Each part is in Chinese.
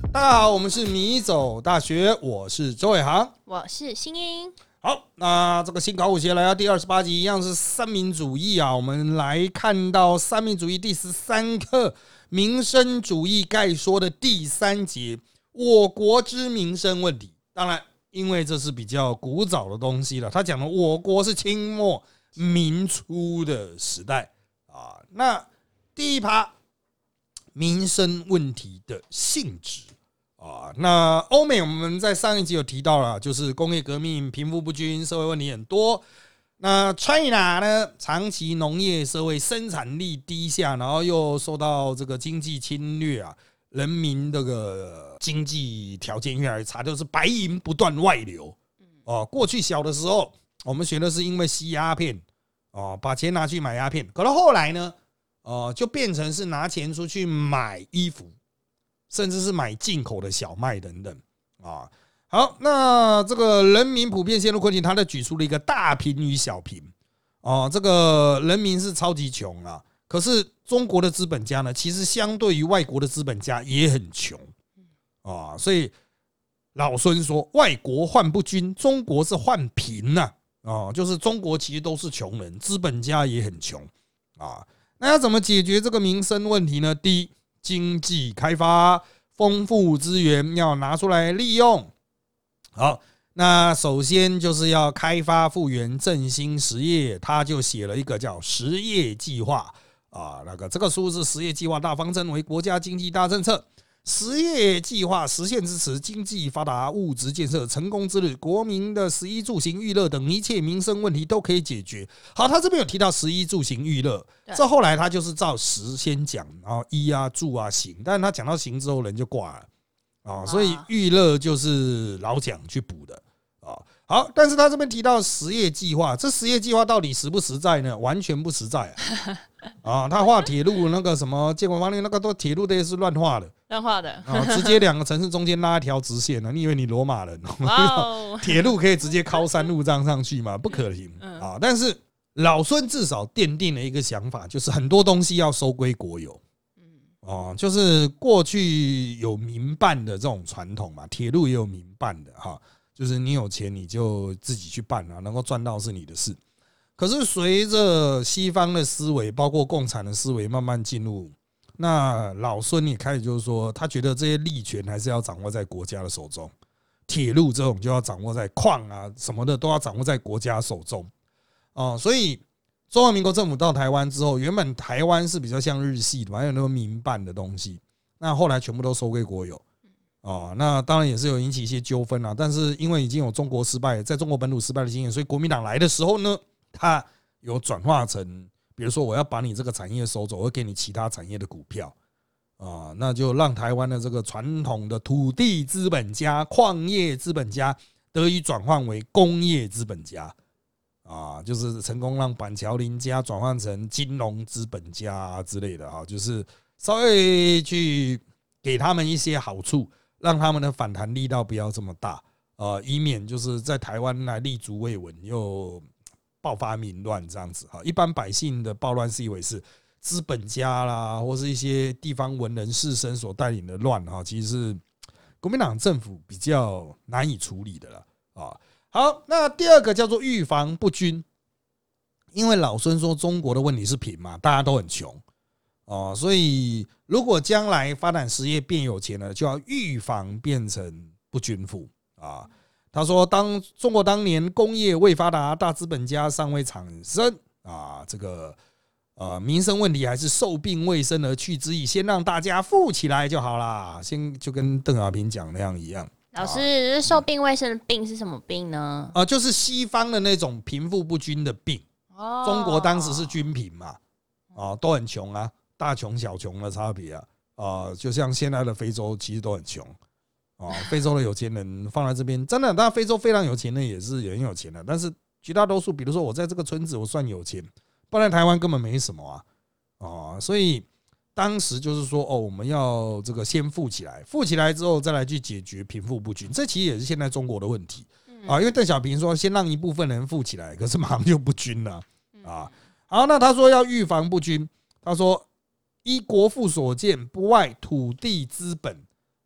大家好，我们是迷走大学，我是周伟航， 我是新英。 好，那这个新考古学来到第28集，一样是三民主义啊。我们来看到三民主义第13课民生主义概说的第3节，我国之民生问题。当然，因为这是比较古早的东西了，他讲的我国是清末民初的时代啊。那第一趴，民生问题的性质。那欧美我们在上一集有提到了，就是工业革命、贫富不均、社会问题很多。那 China 呢，长期农业社会生产力低下，然后又受到这个经济侵略啊，人民这个经济条件越来越差，就是白银不断外流。过去小的时候，我们学的是因为吸鸦片，把钱拿去买鸦片，可是后来呢，就变成是拿钱出去买衣服。甚至是买进口的小麦等等啊。好，那这个人民普遍陷入困境，他举出了一个大贫与小贫这个人民是超级穷啊，可是中国的资本家呢，其实相对于外国的资本家也很穷所以老孙说，外国患不均，中国是患贫呐就是中国其实都是穷人，资本家也很穷那要怎么解决这个民生问题呢？第一，经济开发，丰富资源要拿出来利用。好，那首先就是要开发复原振兴实业，他就写了一个叫实业计划这个书是实业计划大方针为国家经济大政策。实业计划实现之时，经济发达，物质建设成功之日，国民的食衣住行娱乐等一切民生问题都可以解决。好，他这边有提到食衣住行娱乐，这后来他就是照食先讲，然后衣啊住啊行，但是他讲到行之后人就挂了所以娱乐就是老蒋去补的好，但是他这边提到实业计划，这实业计划到底实不实在呢？完全不实在他画铁路那个什么建国方案那个都铁路都是乱画的，直接2个城市中间拉一条直线你以为你罗马人铁路可以直接靠山路这样上去吗？不可能但是老孙至少奠定了一个想法，就是很多东西要收归国有就是过去有民办的这种传统嘛，铁路也有民办的就是你有钱你就自己去办能够赚到是你的事。可是随着西方的思维，包括共产的思维慢慢进入，那老孙也开始就是说，他觉得这些利权还是要掌握在国家的手中，铁路这种就要掌握在矿什么的都要掌握在国家手中所以中华民国政府到台湾之后，原本台湾是比较像日系的，还有那个民办的东西，那后来全部都收归国有那当然也是有引起一些纠纷但是因为已经有中国失败，在中国本土失败的经验，所以国民党来的时候呢，他有转化成，比如说我要把你这个产业收走，我会给你其他产业的股票那就让台湾的这个传统的土地资本家、矿业资本家得以转换为工业资本家就是成功让板桥林家转换成金融资本家之类的就是稍微去给他们一些好处，让他们的反弹力道不要这么大以免就是在台湾来立足未稳又爆发民乱这样子一般百姓的暴乱是以为是资本家啦，或是一些地方文人士绅所带领的乱其实是国民党政府比较难以处理的了好，那第二个叫做预防不均，因为老孙说中国的问题是贫嘛，大家都很穷所以如果将来发展实业变有钱了，就要预防变成不均富他说，中国当年工业未发达，大资本家尚未产生这个民生问题还是受病未生而去之意，先让大家富起来就好啦，先就跟邓小平讲那样一样。 老师，受病未生的病是什么病呢？ 就是西方的那种贫富不均的病中国当时是均贫嘛都很穷大穷小穷的差别就像现在的非洲其实都很穷非洲的有钱人放在这边真的，当然非洲非常有钱的也是很有钱的，但是绝大多数比如说我在这个村子我算有钱，不然台湾根本没什么所以当时就是说我们要这个先富起来，富起来之后再来去解决贫富不均，这其实也是现在中国的问题因为邓小平说先让一部分人富起来，可是马上就不均了好，那他说要预防不均，他说依国父所见，不外土地资本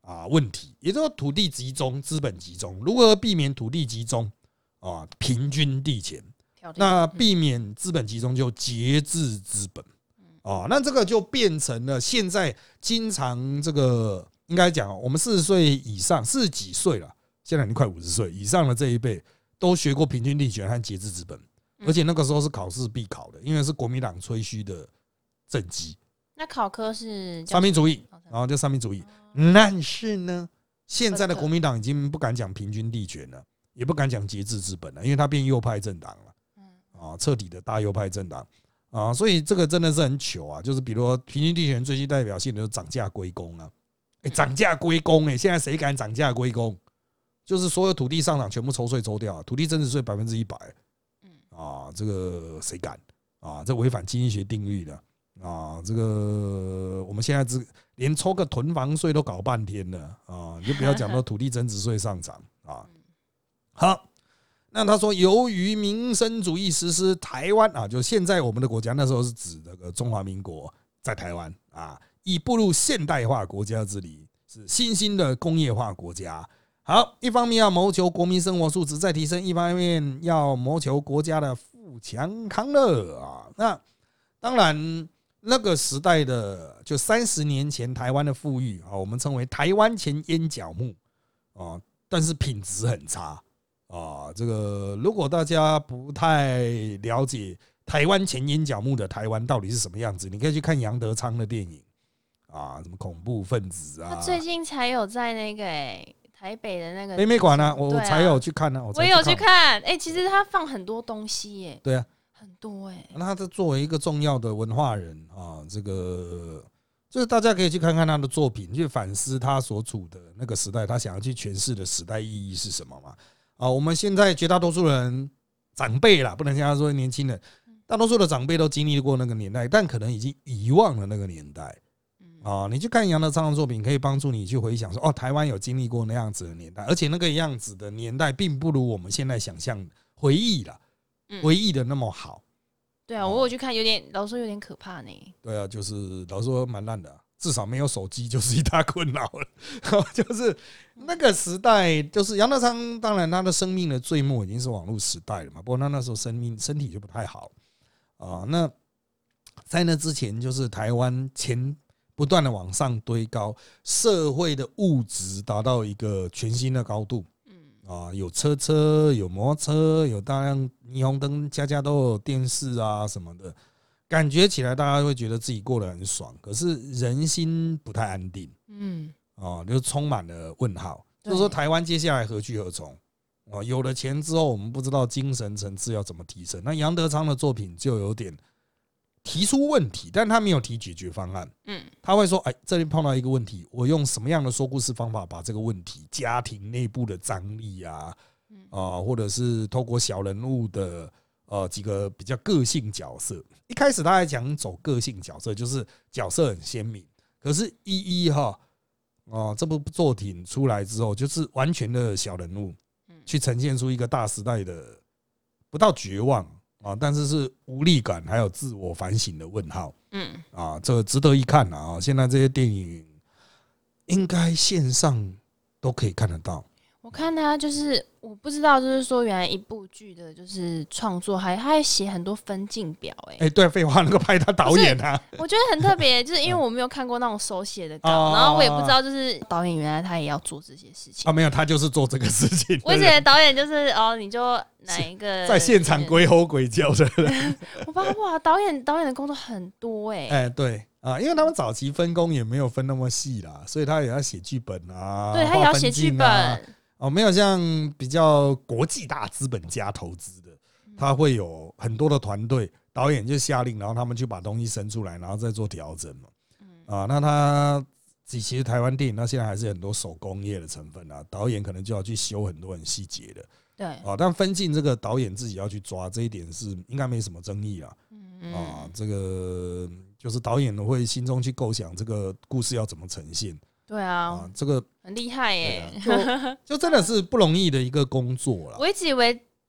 问题，也就是土地集中、资本集中，如何避免土地集中平均地权？那避免资本集中就节制资本那这个就变成了现在经常这个应该讲，我们40岁以上40几岁了，现在已经快50岁以上的这一辈都学过平均地权和节制资本，而且那个时候是考试必考的，因为是国民党吹嘘的政绩。 那考科是三民主义，然后就三民主义。但是呢，现在的国民党已经不敢讲平均地权了，也不敢讲节制资本了，因为它变右派政党了。彻底的大右派政党所以这个真的是很糗啊！就是比如说平均地权最具代表性的就是涨价归公涨价归公现在谁敢涨价归公？就是所有土地上涨全部抽税抽掉，土地增值税100%这个谁敢这违反经济学定律的这个我们现在连抽个囤房税都搞半天了你就不要讲到土地增值税上涨好。那他说，由于民生主义实施，台湾就现在我们的国家，那时候是指那个中华民国在台湾已步入现代化国家之旅，是新兴的工业化国家。好，一方面要谋求国民生活素质再提升，一方面要谋求国家的富强康乐那当然，那个时代的就30年前台湾的富裕我们称为台湾前烟角木但是品质很差。这个如果大家不太了解台湾前烟角木的台湾到底是什么样子，你可以去看杨德昌的电影什么恐怖分子他最近才有在那个台北的那个北美馆我才有去看我也有去看其实他放很多东西对啊， 很多那他作为一个重要的文化人这个就是大家可以去看看他的作品，去反思他所处的那个时代，他想要去诠释的时代意义是什么嘛。我们现在绝大多数人长辈啦，不能像他说年轻人，大多数的长辈都经历过那个年代，但可能已经遗忘了那个年代你去看杨德昌的作品，可以帮助你去回想说台湾有经历过那样子的年代，而且那个样子的年代并不如我们现在想象回忆的那么好。 对啊，我有去看，老实说有点可怕呢。 对啊，就是老实说蛮烂的至少没有手机就是一大困扰了就是那个时代，就是杨德昌，当然他的生命的最末已经是网络时代了嘛，不过他那时候身体就不太好那在那之前，就是台湾钱不断的往上堆高，社会的物质达到一个全新的高度有车有摩托车，有大量霓虹灯，家家都有电视什么的，感觉起来大家会觉得自己过得很爽，可是人心不太安定就充满了问号，就是说台湾接下来何去何从有了钱之后，我们不知道精神层次要怎么提升。那杨德昌的作品就有点提出问题，但他没有提解决方案他会说这里碰到一个问题，我用什么样的说故事方法把这个问题，家庭内部的张力或者是透过小人物的几个比较个性角色，一开始他还讲走个性角色，就是角色很鲜明，可是这部作品出来之后，就是完全的小人物去呈现出一个大时代的不到绝望但是是无力感还有自我反省的问号这个值得一看现在这些电影应该线上都可以看得到。 我看他就是我不知道，就是说原来一部剧的就是创作他还写很多分镜表对，废话，那个拍他导演我觉得很特别，就是因为我没有看过那种手写的稿然后我也不知道就是导演原来他也要做这些事情没有，他就是做这个事情。 我以为导演就是你就哪一个在现场鬼吼鬼叫的人我发现哇，导演的工作很多对因为他们早期分工也没有分那么细啦，所以他也要写剧本对，他也要写剧本没有像比较国际大资本家投资的，他会有很多的团队，导演就下令，然后他们去把东西生出来，然后再做调整嘛。那他其实台湾电影到现在还是很多手工业的成分导演可能就要去修很多很细节的。 对但分镜这个导演自己要去抓，这一点是应该没什么争议啦。这个就是导演会心中去构想这个故事要怎么呈现。 对这个很厉害就真的是不容易的一个工作啦。 我一直以为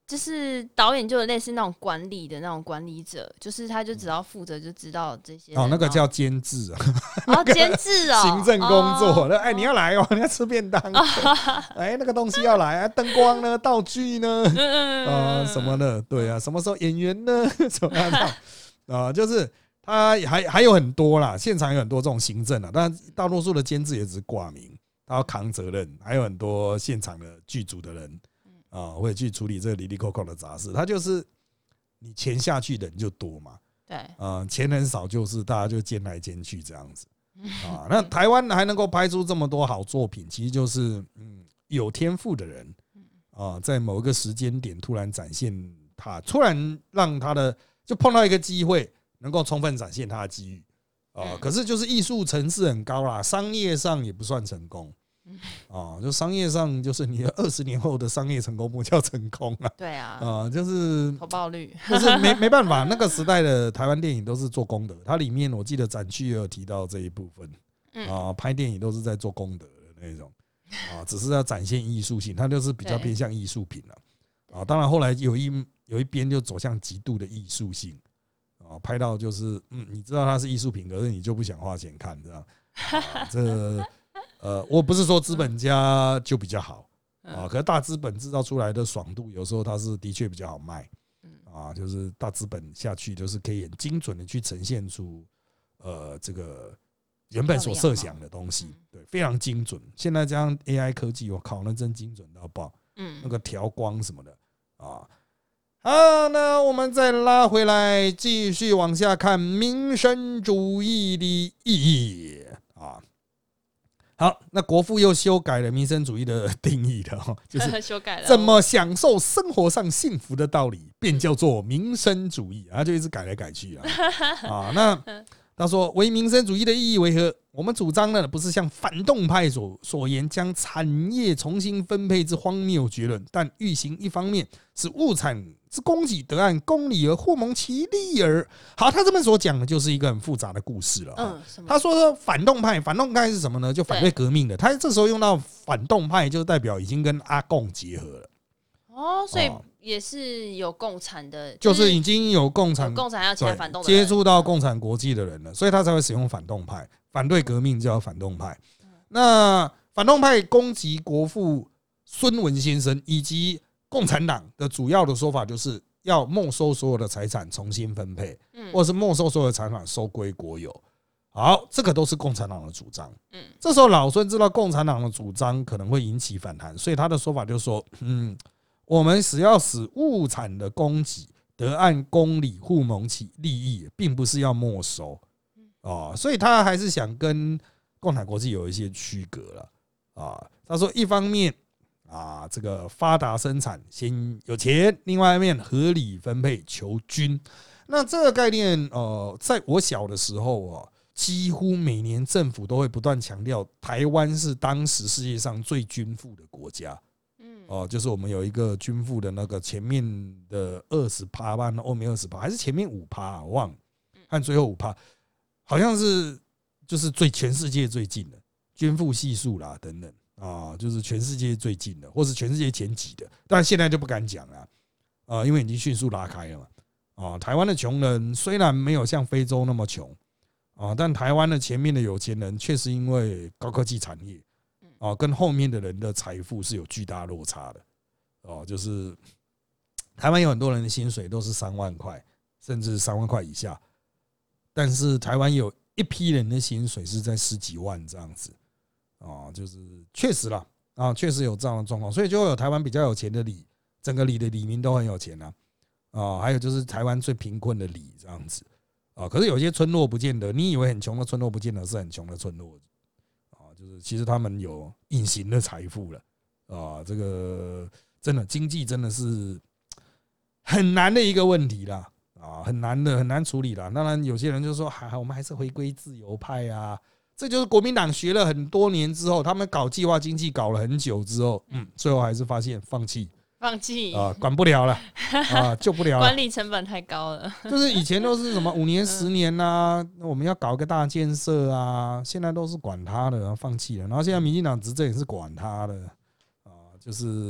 就是导演就有类似那种管理的那种管理者，就是他就只要负责就知道这些那个叫监制啊， 监制行政工作。你要来你要吃便当，那个东西要来啊，灯光呢，道具呢，什么的，对啊，什么时候演员呢，什么样就是他还有很多啦，现场有很多这种行政但大多数的监制也只是挂名，他要扛责任，还有很多现场的剧组的人。会去处理这个里里扣扣的杂事，他就是你钱下去的人就多嘛， 对， 钱很少，就是大家就兼来兼去这样子那台湾还能够拍出这么多好作品，其实就是有天赋的人在某一个时间点突然展现他，突然让他的就碰到一个机会，能够充分展现他的机遇可是就是艺术层次很高啦，商业上也不算成功。就商业上，就是你20年后的商业成功不叫成功啊。 对啊， 就是投报率， 就是没办法，那个时代的台湾电影都是做功德，它里面我记得展区也有提到这一部分拍电影都是在做功德的那种只是要展现艺术性，它就是比较偏向艺术品了当然后来有一边就走向极度的艺术性拍到就是你知道它是艺术品，可是你就不想花钱看这样这。我不是说资本家就比较好可是大资本制造出来的爽度，有时候它是的确比较好卖就是大资本下去，就是可以很精准的去呈现出这个原本所设想的东西，对，非常精准。现在这样 AI 科技，我靠，那真精准到爆，那个调光什么的好，那我们再拉回来，继续往下看民生主义的意义好，那国父又修改了民生主义的定义了就是修改了怎么享受生活上幸福的道理，便叫做民生主义就一直改来改去那他说，为民生主义的意义为何？我们主张呢，不是像反动派所言将产业重新分配之荒谬绝论，但欲行一方面，使物产之供给得按公理而互蒙其利耳。好，他这边所讲的就是一个很复杂的故事了。他说反动派是什么呢？就反对革命的。他这时候用到反动派，就代表已经跟阿共结合了。 所以也是有共产的， 就是已经有共产要起来反动的接触到共产国际的人了，所以他才会使用反动派，反对革命叫反动派。那反动派攻击国父孙文先生以及共产党的主要的说法，就是要没收所有的财产重新分配，或者是没收所有的财产收归国有。好，这个都是共产党的主张。这时候老孙知道共产党的主张可能会引起反弹，所以他的说法就是说，我们要使物产的供给得按公理互蒙其利益，并不是要没收所以他还是想跟共产国际有一些区隔了他说，一方面这个发达生产先有钱，另外一面合理分配求均。那这个概念在我小的时候几乎每年政府都会不断强调，台湾是当时世界上最均富的国家。就是我们有一个均富的那个前面的20%吧，后面20%还是前面5%我忘了，和最后5%好像是就是全世界最近的均富系数啦等等就是全世界最近的，或是全世界前几的，但现在就不敢讲了因为已经迅速拉开了嘛台湾的穷人虽然没有像非洲那么穷但台湾的前面的有钱人确实因为高科技产业跟后面的人的财富是有巨大落差的就是台湾有很多人的薪水都是3万块，甚至3万块以下，但是台湾有一批人的薪水是在10几万这样子就是确实啦确实有这样的状况，所以就会有台湾比较有钱的里，整个里的里民都很有钱还有就是台湾最贫困的里这样子可是有些村落不见得，你以为很穷的村落不见得是很穷的村落就是其实他们有隐形的财富了这个真的经济真的是很难的一个问题啦很难处理啦。当然有些人就说我们还是回归自由派这就是国民党学了很多年之后，他们搞计划经济搞了很久之后最后还是发现放弃管不了了救不了了， 管理成本太高了。 就是以前都是什么5年10年我们要搞个大建设现在都是管他的，放弃了。然后现在民进党执政也是管他的就是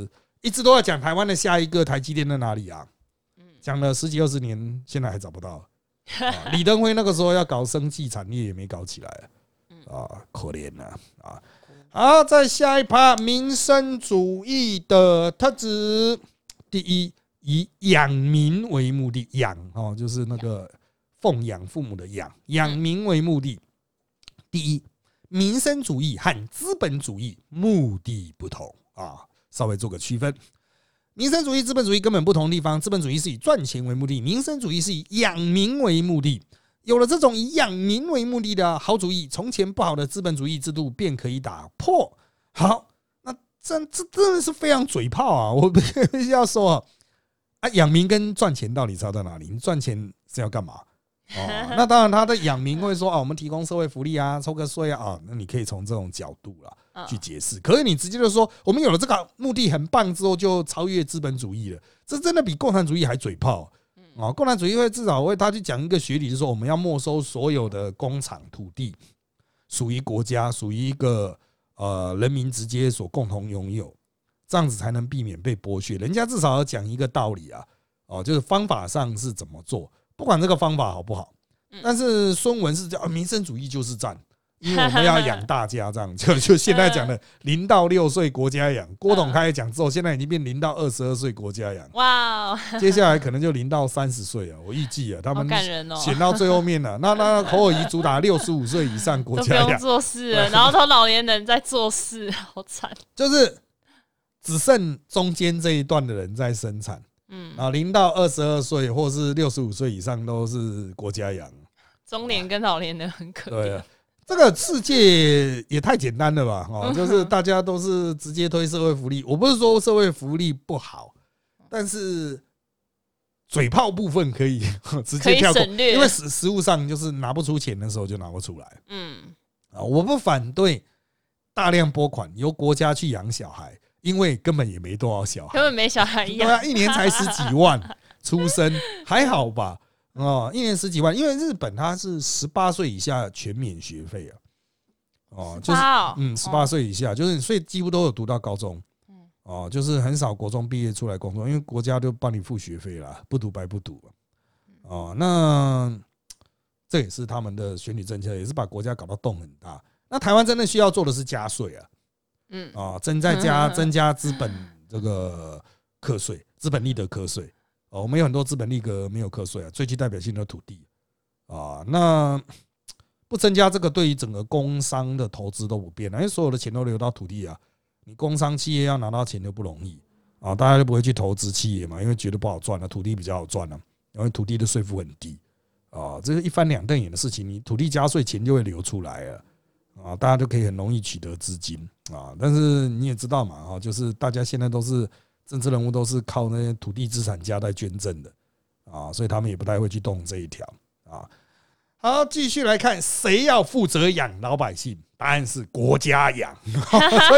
一直都在讲台湾的下一个台积电在哪里啊？讲了10几20年，现在还找不到。李登辉那个时候要搞生技产业也没搞起来可怜啊！好，再下一趴，民生主义的特质，第一，以养民为目的，就是那个奉养父母的养民为目的。第一，民生主义和资本主义目的不同稍微做个区分。民生主义、资本主义根本不同的地方，资本主义是以赚钱为目的，民生主义是以养民为目的。有了这种以养民为目的的好主意，从前不好的资本主义制度便可以打破。好，那这真的是非常嘴炮啊！我必须要说养民跟赚钱到底差在哪里？你赚钱是要干嘛？那当然，他的养民会说我们提供社会福利啊，抽个税那你可以从这种角度去解释。可是你直接就说我们有了这个目的很棒之后，就超越资本主义了，这真的比共产主义还嘴炮共产主义会至少会他去讲一个学理，就是说我们要没收所有的工厂土地，属于国家，属于一个人民直接所共同拥有，这样子才能避免被剥削。人家至少要讲一个道理就是方法上是怎么做。不管这个方法好不好，但是孙文是讲民生主义就是赞，因为我们要养大家，这样就现在讲的0到6岁国家养。郭董开始讲之后，现在已经变0到22岁国家养。 哇， 接下来可能就0到30岁我预计他们选到最后面了。那侯友宜主打65岁以上国家养， 都不用做事了，然后都老年人在做事，好惨。 就是只剩中间这一段的人在生产。0到22岁或是65岁以上都是国家养， 中年跟老年人很可怜。 对，这个世界也太简单了吧？就是大家都是直接推社会福利。我不是说社会福利不好，但是嘴炮部分可以直接跳过，因为实务上就是拿不出钱的时候就拿不出来。我不反对大量拨款由国家去养小孩。因为根本也没多少小孩， 根本没小孩养， 一年才10几万出生，还好吧？一年10几万，因为日本它是18岁以下全免学费就是18岁以下，就是所以几乎都有读到高中，就是很少国中毕业出来工作，因为国家就帮你付学费啦，不读白不读那这也是他们的选举政策，也是把国家搞到洞很大。那台湾真的需要做的是加税增加资本这个课税，资本利得课税我们有很多资本利得没有课税最具代表性的土地那不增加这个，对于整个工商的投资都不变因为所有的钱都流到土地你工商企业要拿到钱就不容易大家就不会去投资企业嘛，因为觉得不好赚土地比较好赚因为土地的税负很低这是一翻两瞪眼的事情，你土地加税，钱就会流出来了。大家就可以很容易取得资金但是你也知道嘛就是大家现在都是政治人物，都是靠那些土地资产家在捐赠的所以他们也不太会去动这一条好，继续来看谁要负责养老百姓，答案是国家养所以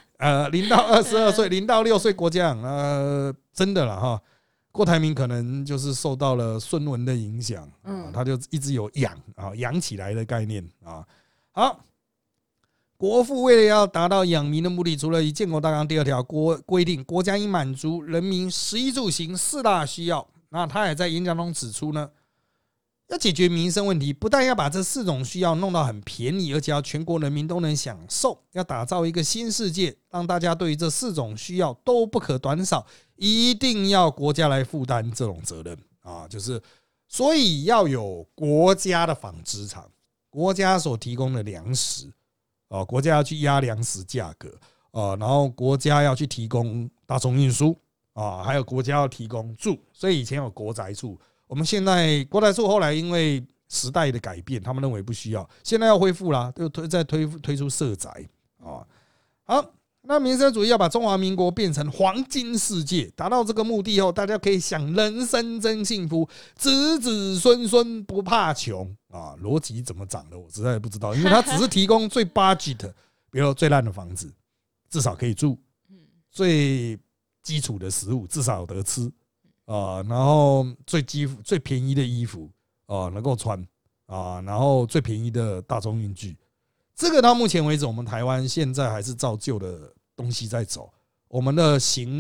0到22岁0到6岁国家养真的啦郭台铭可能就是受到了孙文的影响他就一直有养起来的概念好，国父为了要达到养民的目的，除了以建国大纲第2条规定国家应满足人民食衣住行4大需要，那他也在演讲中指出呢，要解决民生问题，不但要把这4种需要弄到很便宜，而且要全国人民都能享受，要打造一个新世界，让大家对于这4种需要都不可短少，一定要国家来负担这种责任就是所以要有国家的纺织厂，国家所提供的粮食国家要去压粮食价格然后国家要去提供大众运输还有国家要提供住，所以以前有国宅处，我们现在国宅处后来因为时代的改变，他们认为不需要，现在要恢复啦，就再推出社宅好，那民生主义要把中华民国变成黄金世界，达到这个目的后，大家可以享人生真幸福，子子孙孙不怕穷逻辑怎么长的我实在不知道，因为它只是提供最 budget， 比如说最烂的房子至少可以住，最基础的食物至少有得吃然后最便宜的衣服能够穿然后最便宜的大众运具，这个到目前为止我们台湾现在还是照旧的东西在走，我们的行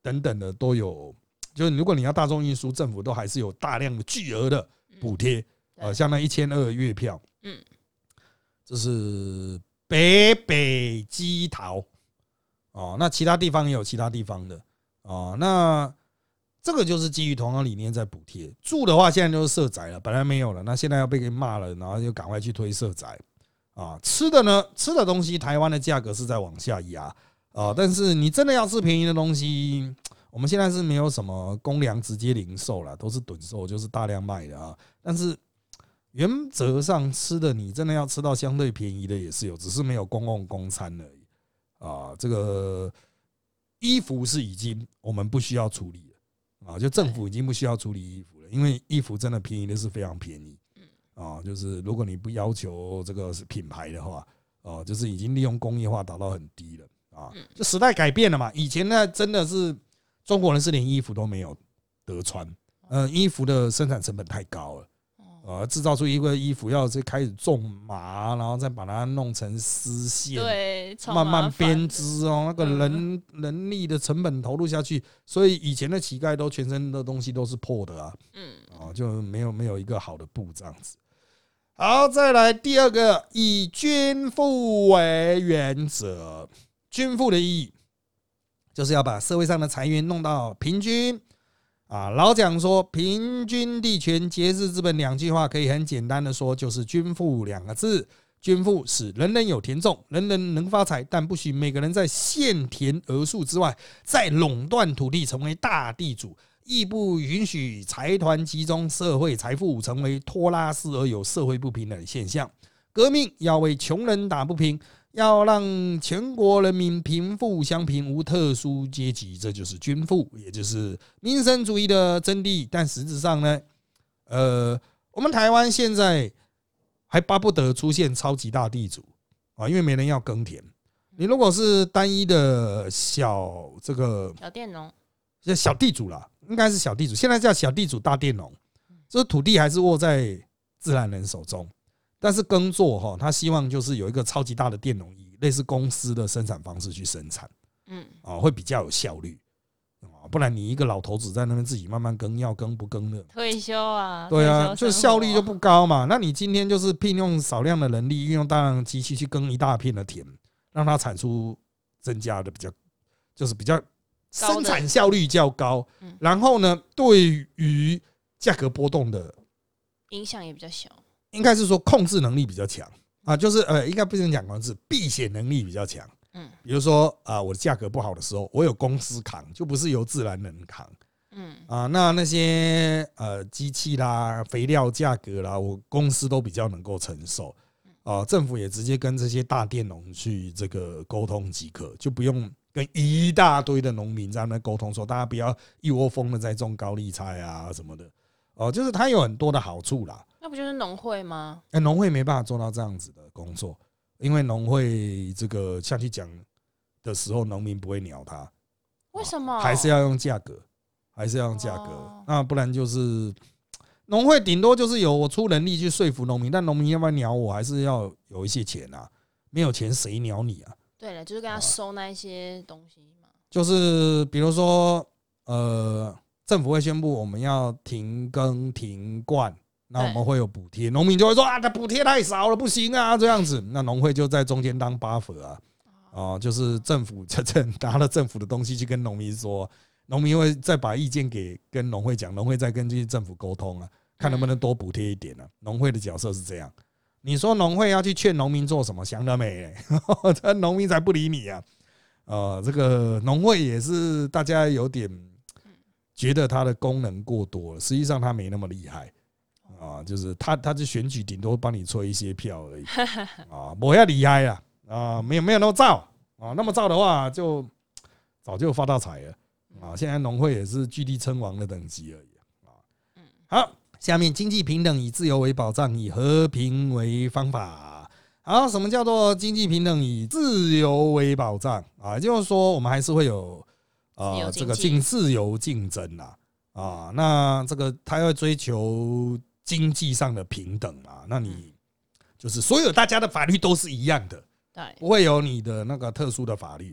等等的都有，就是如果你要大众运输，政府都还是有大量的巨额的补贴，像那1200月票，这是北基桃那其他地方也有其他地方的那这个就是基于同样理念在补贴。住的话现在都是社宅了，本来没有了，那现在要被骂了，然后就赶快去推社宅吃的呢，吃的东西台湾的价格是在往下压但是你真的要吃便宜的东西，我们现在是没有什么公粮直接零售了，都是趸售，就是大量卖的但是原则上吃的你真的要吃到相对便宜的也是有，只是没有公共供餐而已这个衣服是已经我们不需要处理了就政府已经不需要处理衣服了，因为衣服真的便宜的是非常便宜就是如果你不要求这个是品牌的话就是已经利用工业化达到很低了就时代改变了嘛。以前呢真的是中国人是连衣服都没有得穿衣服的生产成本太高了制造出一个衣服要开始种麻，然后再把它弄成丝线， 对， 慢慢编织那个人力的成本投入下去，所以以前的乞丐都全身的东西都是破的就没有一个好的布这样子。好，再来第二个，以均富为原则。均富的意义就是要把社会上的财源弄到平均老讲说平均地权节制资本两句话可以很简单的说就是均富两个字。均富使人人有田种，人人能发财，但不许每个人在限田额数之外再垄断土地成为大地主，亦不允许财团集中社会财富成为拖拉式而有社会不平等的现象。革命要为穷人打不平，要让全国人民贫富相平，无特殊阶级，这就是均富，也就是民生主义的真谛。但实质上呢，我们台湾现在还巴不得出现超级大地主因为没人要耕田。你如果是单一的小佃农， 小地主啦，应该是小地主，现在叫小地主大佃农，就是土地还是握在自然人手中。但是耕作他希望就是有一个超级大的佃农，以类似公司的生产方式去生产会比较有效率不然你一个老头子在那边自己慢慢耕，要耕不耕的退休对就效率就不高嘛。那你今天就是聘用少量的人力，运用大量的机器去耕一大片的田，让它产出增加的比较生产效率较高，然后呢对于价格波动的影响也比较小， 应该是说控制能力比较强就是应该不能讲是避险能力比较强。比如说我的价格不好的时候，我有公司扛，就不是由自然人扛。那些机器啦、肥料价格啦，我公司都比较能够承受。政府也直接跟这些大佃农去这个沟通即可，就不用跟一大堆的农民在那沟通说，大家不要一窝蜂的在种高丽菜什么的。就是它有很多的好处啦。 那不就是农会吗？ 农会没办法做到这样子的工作，因为农会这个下去讲的时候，农民不会鸟他。 为什么？ 还是要用价格，那不然就是农会顶多就是我出人力去说服农民，但农民要不要鸟我，还是要有一些钱没有钱谁鸟你对了，就是跟他收那一些东西嘛。 就是比如说政府会宣布我们要停耕停灌，那我们会有补贴，农民就会说它补贴太少了，不行这样子。那农会就在中间当 buffer 就是政府拿了政府的东西去跟农民说，农民会再把意见跟农会讲，农会再跟这些政府沟通看能不能多补贴一点农会的角色是这样。你说农会要去劝农民做什么，想得美这农民才不理你这个农会也是大家有点觉得它的功能过多了，实际上它没那么厉害就是它就选举顶多帮你吹一些票而已没那么厉害没有那么造那么造的话就早就发大财了现在农会也是居地称王的等级而已好，下面经济平等以自由为保障，以和平为方法。好，什么叫做经济平等以自由为保障就是说我们还是会有这个自由竞争那这个他要追求经济上的平等那你就是所有大家的法律都是一样的，不会有你的那个特殊的法律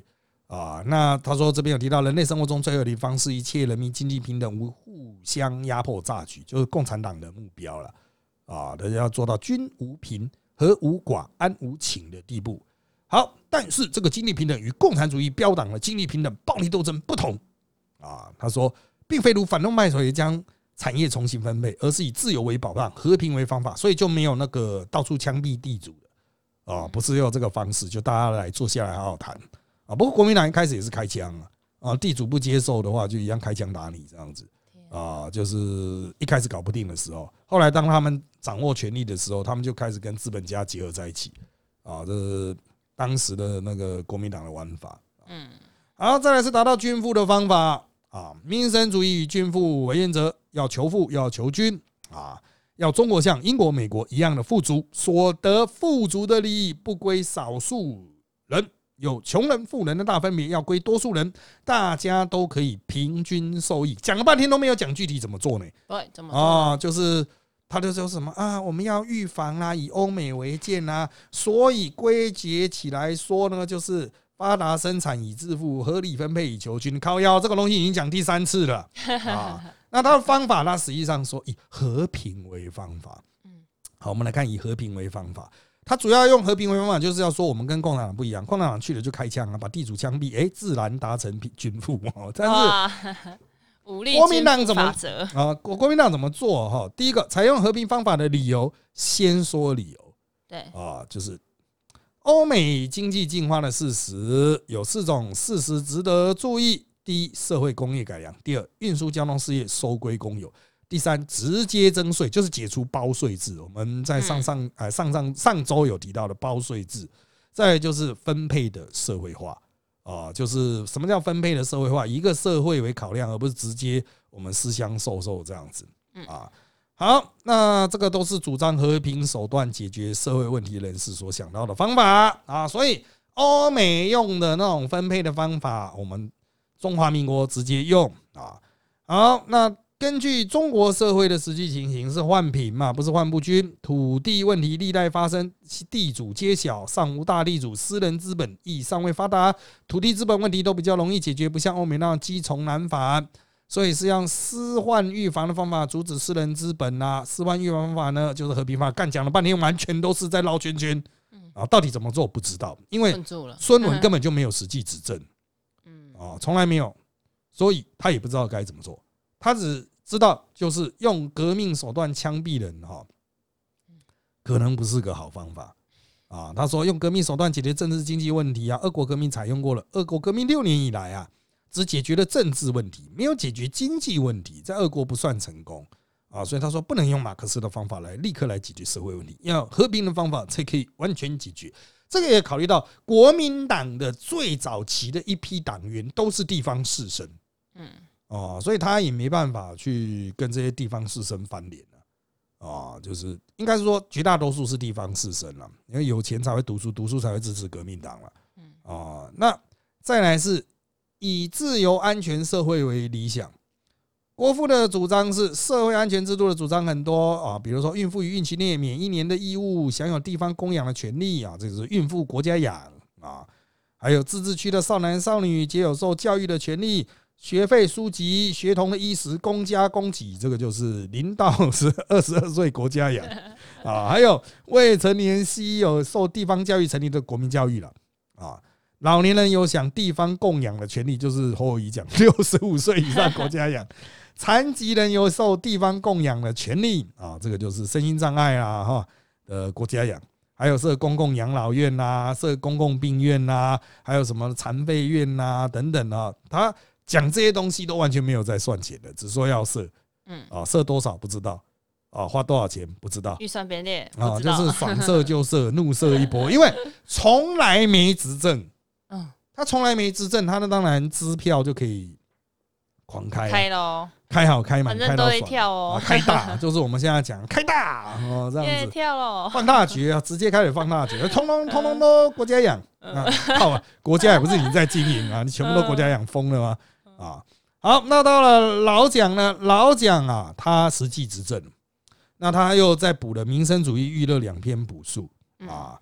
那他说这边有提到人类生活中最合理方式，一切人民经济平等，无互相压迫榨取，就是共产党的目标了他要做到均无贫、和无寡、安无倾的地步。好，但是这个经济平等与共产主义标榜的经济平等、暴力斗争不同他说，并非如反动派所将产业重新分配，而是以自由为保障、和平为方法，所以就没有那个到处枪毙地主的不是用这个方式，就大家来坐下来好好谈不过国民党一开始也是开枪地主不接受的话，就一样开枪打你这样子就是一开始搞不定的时候，后来当他们掌握权力的时候，他们就开始跟资本家结合在一起这是当时的那个国民党的玩法好，再来是达到均富的方法民生主义与均富为原则，要求富，要求均要中国像英国、美国一样的富足，所得富足的利益不归少数人，有穷人富人的大分别，要归多数人，大家都可以平均受益。讲了半天都没有讲具体怎么做呢？ 对，怎么做就是他就说什么我们要预防以欧美为鉴所以归结起来说呢，就是发达生产以致富，合理分配以求均。靠腰这个东西已经讲第3次了那他的方法，他实际上说以和平为方法。好，我们来看以和平为方法。他主要用和平为方法，就是要说我们跟共产党不一样，共产党去了就开枪把地主枪毙，自然达成均富但是武力国民党怎么法则国民党怎么做第一个，采用和平方法的理由，先说理由。 对就是欧美经济进化的事实有4种事实值得注意：第一，社会工业改良；第二，运输交通事业收归公有；第三，直接征税，就是解除包税制。我们在上周有提到的包税制。再来就是分配的社会化就是什么叫分配的社会化？以一个社会为考量，而不是直接我们私相授受这样子好，那这个都是主张和平手段解决社会问题人士所想到的方法所以欧美用的那种分配的方法，我们中华民国直接用好，那根据中国社会的实际情形是换贫嘛，不是换不均。土地问题历代发生，地主皆小，尚无大地主，私人资本亦尚未发达，土地资本问题都比较容易解决，不像欧美那样积重难返。所以是用私换预防的方法阻止私人资本私换预防方法呢，就是和平法。干讲了半天，完全都是在绕圈圈到底怎么做不知道，因为孙文根本就没有实际执政从来没有，所以他也不知道该怎么做。他只知道就是用革命手段枪毙人可能不是个好方法他说用革命手段解决政治经济问题俄国革命采用过了，俄国革命6年以来只解决了政治问题，没有解决经济问题，在俄国不算成功所以他说不能用马克思的方法来立刻来解决社会问题，要和平的方法才可以完全解决。这个也考虑到国民党的最早期的一批党员都是地方士绅所以他也没办法去跟这些地方士绅翻脸就是应该是说绝大多数是地方士绅因为有钱才会读书，读书才会支持革命党那再来是以自由安全社会为理想。国父的主张是社会安全制度的主张很多比如说孕妇于孕期内免1年的义务，享有地方供养的权利这就是孕妇国家养还有自治区的少男少女皆有受教育的权利，学费、书籍、学童的衣食公家供给，这个就是0到22岁国家养还有未成年悉有受地方教育成立的国民教育了老年人有享地方供养的权利，就是侯友宜讲65岁以上国家养。残疾人有受地方供养的权利这个就是身心障碍国家养。还有设公共养老院设公共病院还有什么残废院等等他讲这些东西都完全没有在算钱的，只说要设设多少不知道花多少钱不知道， 预算编列就是爽设就设，怒设一波，因为从来没执政他从来没执政，他那当然支票就可以狂开咯，开好开满，开到爽开大，就是我们现在讲开大这样子跳咯， 放大决直接开始放大决，通通都国家养国家也不是你在经营你全部都国家养疯了吗好，那到了老蒋呢？老蒋他实际执政，那他又再补了民生主义、娱乐2篇补述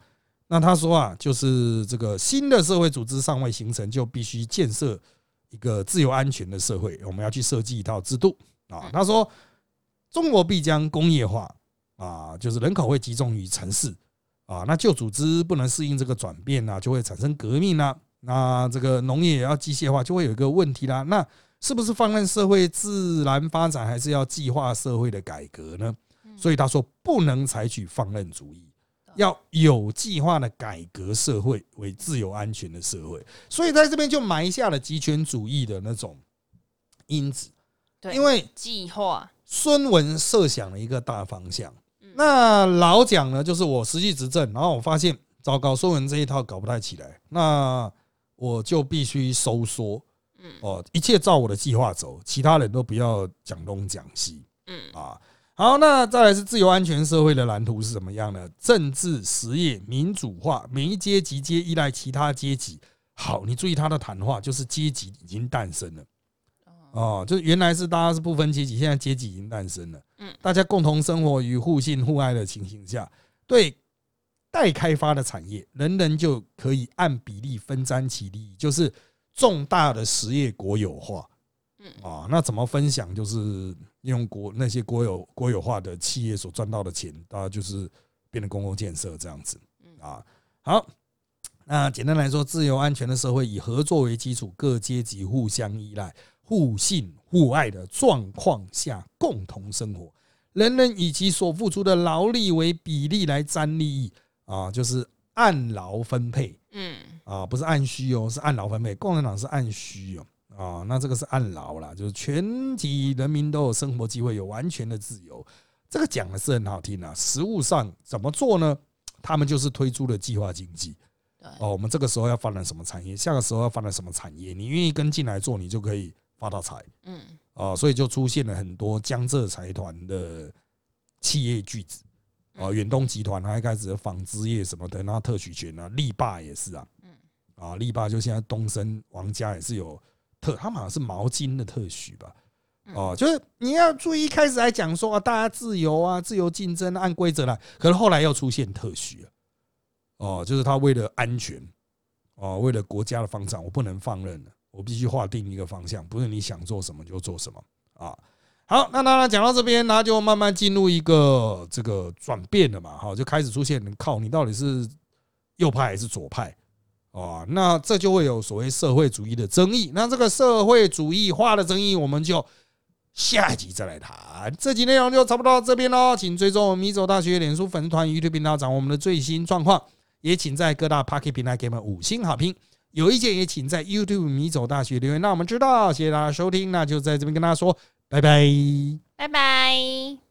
那他说啊，就是这个新的社会组织尚未形成，就必须建设一个自由安全的社会，我们要去设计一套制度啊。他说，中国必将工业化啊，就是人口会集中于城市啊，那旧组织不能适应这个转变啊，就会产生革命啊。那这个农业也要机械化，就会有一个问题啦。那是不是放任社会自然发展，还是要计划社会的改革呢？所以他说，不能采取放任主义。要有计划的改革社会为自由安全的社会，所以在这边就埋下了极权主义的那种因子。因为计划， 孙文设想了一个大方向，那老蒋呢，就是我实际执政，然后我发现糟糕，孙文这一套搞不太起来，那我就必须收缩，一切照我的计划走，其他人都不要讲东讲西，好，那再来是自由安全社会的蓝图是怎么样呢？政治实业民主化，每一阶级皆依赖其他阶级。好，你注意他的谈话，就是阶级已经诞生了。就是原来是大家是不分阶级，现在阶级已经诞生了。大家共同生活于互信互爱的情形下，对待开发的产业，人人就可以按比例分担其利益，就是重大的实业国有化。那怎么分享？就是用那些国有化的企业所赚到的钱，大家就是变成公共建设这样子好，那简单来说，自由安全的社会以合作为基础，各阶级互相依赖、互信互爱的状况下共同生活，人人以其所付出的劳力为比例来沾利益就是按劳分配，不是按需是按劳分配。共产党是按需那这个是按劳啦，就是全体人民都有生活机会，有完全的自由。这个讲的是很好听实务上怎么做呢？他们就是推出了计划经济。我们这个时候要发展什么产业，下个时候要发展什么产业，你愿意跟进来做，你就可以发大财。所以就出现了很多江浙财团的企业巨子远东集团还开始纺织业什么的，那特许权力霸也是力霸就现在东升王家也是有。他们好像是毛巾的特许吧，就是你要注意，一开始还讲说大家自由自由竞争，按规则来，可是后来又出现特许就是他为了安全为了国家的方向，我不能放任了，我必须划定一个方向，不是你想做什么就做什么好，那当然讲到这边，那就慢慢进入一个这个转变了嘛，就开始出现靠你到底是右派还是左派。那这就会有所谓社会主义的争议。那这个社会主义化的争议，我们就下一集再来谈。这集内容就差不多到这边咯，请追踪我们米走大学脸书粉丝团、YouTube 频道，掌握我们的最新状况。也请在各大 Podcast 平台给我们5星好评。有意见也请在 YouTube 米走大学留言，让我们知道。谢谢大家收听，那就在这边跟大家说拜拜， 拜拜。